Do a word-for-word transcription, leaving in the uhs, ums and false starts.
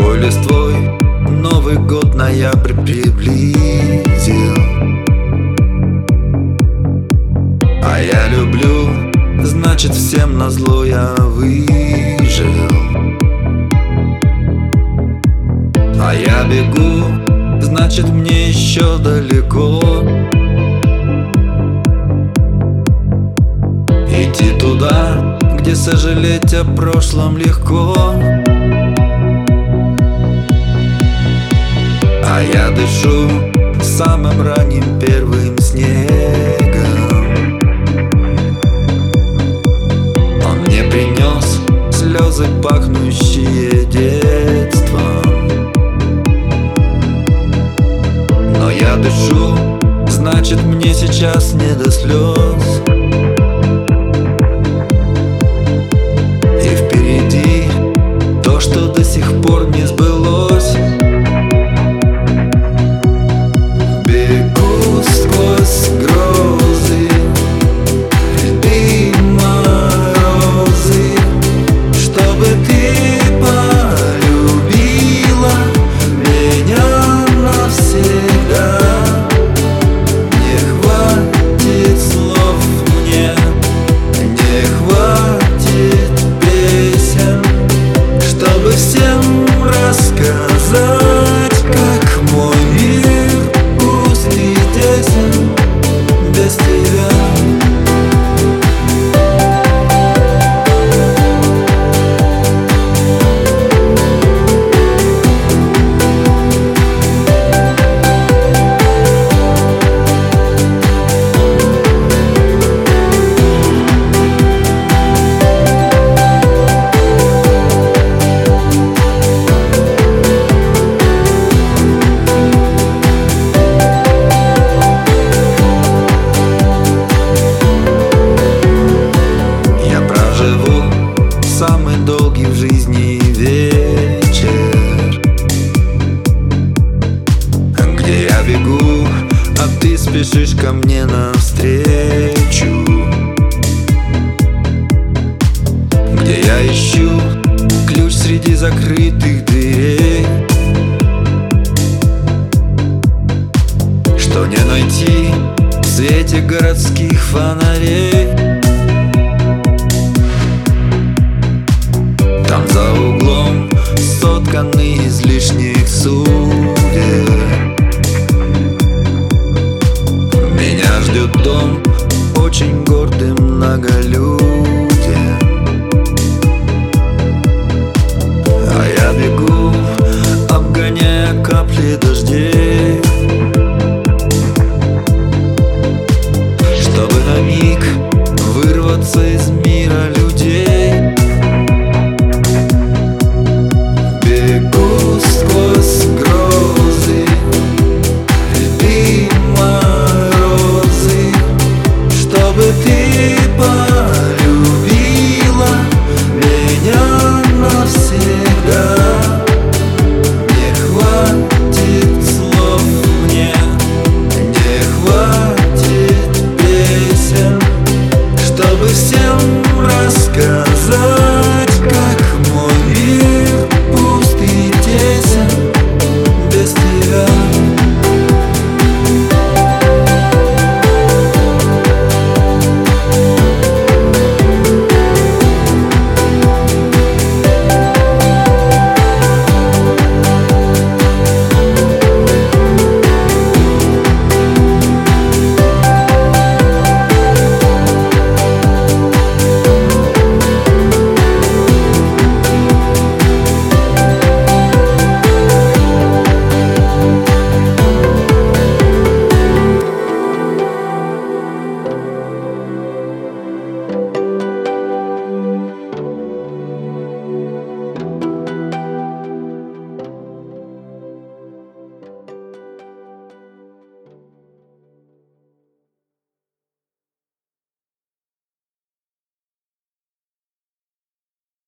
Живой листвой Новый год ноябрь приблизил. А я люблю, значит всем назло я выжил. А я бегу, значит мне еще далеко идти туда, где сожалеть о прошлом легко. А я дышу самым ранним первым снегом. Он мне принес слезы, пахнущие детством. Но я дышу, значит мне сейчас не до слез. И впереди то, что до сих пор не сбылось. Бегу сквозь грозы, льды, морозы, чтобы ты полюбила меня навсегда. Не хватит слов мне, не хватит песен, чтобы всем рассказать, как мой мир пуст и тесен без тебя. Самый долгий в жизни вечер, где я бегу, а ты спешишь ко мне навстречу, где я ищу ключ среди закрытых дверей, что не найти в свете городских фонарей. Там за углом сотканный из лишних судеб. Меня ждет дом очень гордый, многолюдный.